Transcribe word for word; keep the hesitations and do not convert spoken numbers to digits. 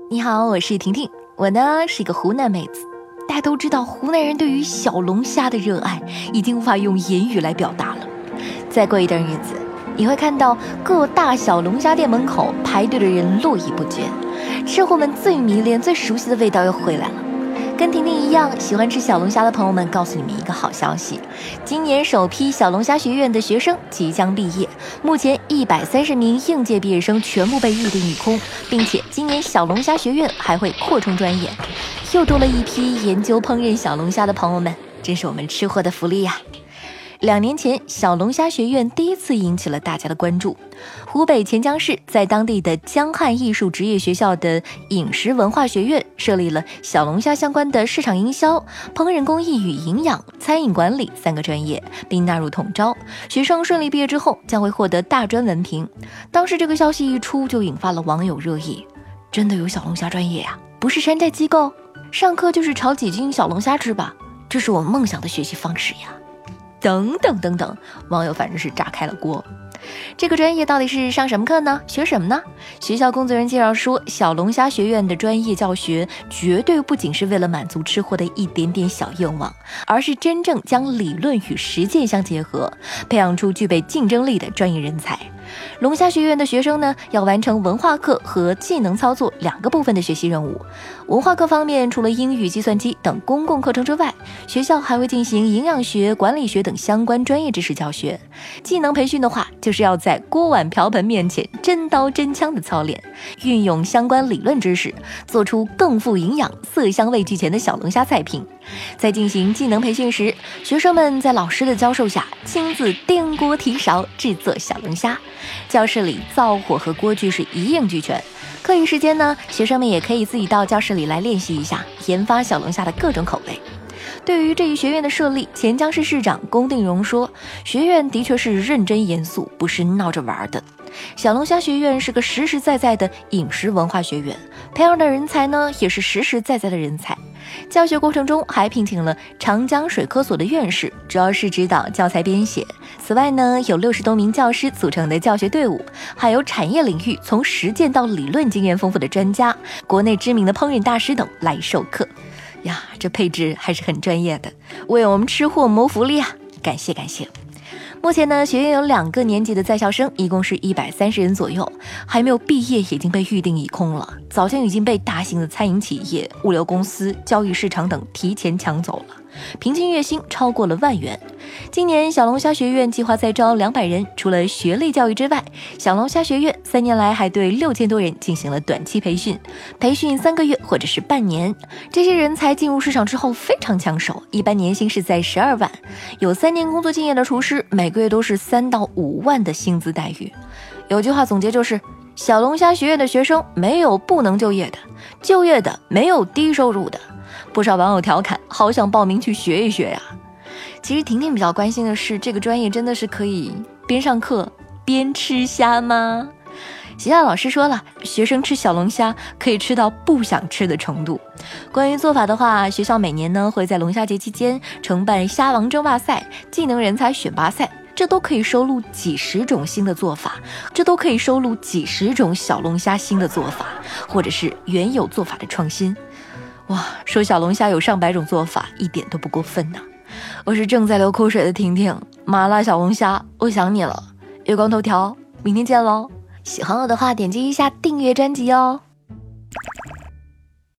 你好，我是婷婷，我呢是一个湖南妹子。大家都知道，湖南人对于小龙虾的热爱已经无法用言语来表达了。再过一段日子，你会看到各大小龙虾店门口排队的人络绎不绝，吃货们最迷恋、最熟悉的味道又回来了。跟婷婷一样喜欢吃小龙虾的朋友们，告诉你们一个好消息：今年首批小龙虾学院的学生即将毕业，目前一百三十名应届毕业生全部被预定一空，并且今年小龙虾学院还会扩充专业，又多了一批研究烹饪小龙虾的朋友们，真是我们吃货的福利呀！两年前，小龙虾学院第一次引起了大家的关注。湖北潜江市在当地的江汉艺术职业学校的饮食文化学院设立了小龙虾相关的市场营销、烹饪工艺与营养、餐饮管理三个专业，并纳入统招。学生顺利毕业之后，将会获得大专文凭。当时这个消息一出，就引发了网友热议：真的有小龙虾专业呀？不是山寨机构？上课就是炒几斤小龙虾吃吧？这是我梦想的学习方式呀！等等等等，网友反正是炸开了锅。这个专业到底是上什么课呢？学什么呢？学校工作人员介绍说，小龙虾学院的专业教学绝对不仅是为了满足吃货的一点点小愿望，而是真正将理论与实践相结合，培养出具备竞争力的专业人才。龙虾学院的学生呢，要完成文化课和技能操作两个部分的学习任务。文化课方面，除了英语、计算机等公共课程之外，学校还会进行营养学、管理学等相关专业知识教学。技能培训的话，就是要在锅碗瓢盆面前真刀真枪的操练，运用相关理论知识，做出更富营养、色香味俱全的小龙虾菜品。在进行技能培训时，学生们在老师的教授下，亲自颠锅提勺制作小龙虾。教室里灶火和锅具是一应俱全。课余时间呢，学生们也可以自己到教室里来练习一下，研发小龙虾的各种口味。对于这一学院的设立，潜江市市长龚定荣说，学院的确是认真严肃，不是闹着玩的。小龙虾学院是个实实在在的饮食文化学院，培养的人才呢，也是实实在在的人才。教学过程中还聘请了长江水科所的院士，主要是指导教材编写。此外呢，有六十多名教师组成的教学队伍，还有产业领域从实践到理论经验丰富的专家，国内知名的烹饪大师等来授课。呀，这配置还是很专业的，为我们吃货谋福利啊！感谢感谢。目前呢，学院有两个年级的在校生，一共是一百三十人左右，还没有毕业已经被预定一空了，早就已经被大型的餐饮企业、物流公司、交易市场等提前抢走了，平均月薪超过了万元。今年小龙虾学院计划再招两百人，除了学历教育之外，小龙虾学院三年来还对六千多人进行了短期培训，培训三个月或者是半年。这些人才进入市场之后非常抢手，一般年薪是在十二万，有三年工作经验的厨师每个月都是三到五万的薪资待遇。有句话总结就是，小龙虾学院的学生没有不能就业的，就业的没有低收入的。不少网友调侃，好想报名去学一学呀。其实婷婷比较关心的是，这个专业真的是可以边上课边吃虾吗？学校老师说了，学生吃小龙虾可以吃到不想吃的程度。关于做法的话，学校每年呢会在龙虾节期间承办虾王争霸赛、技能人才选拔赛，这都可以收录几十种新的做法，这都可以收录几十种小龙虾新的做法，或者是原有做法的创新。哇，说小龙虾有上百种做法，一点都不过分呢。我是正在流口水的婷婷，麻辣小龙虾，我想你了。月光头条，明天见喽！喜欢我的话，点击一下订阅专辑哦。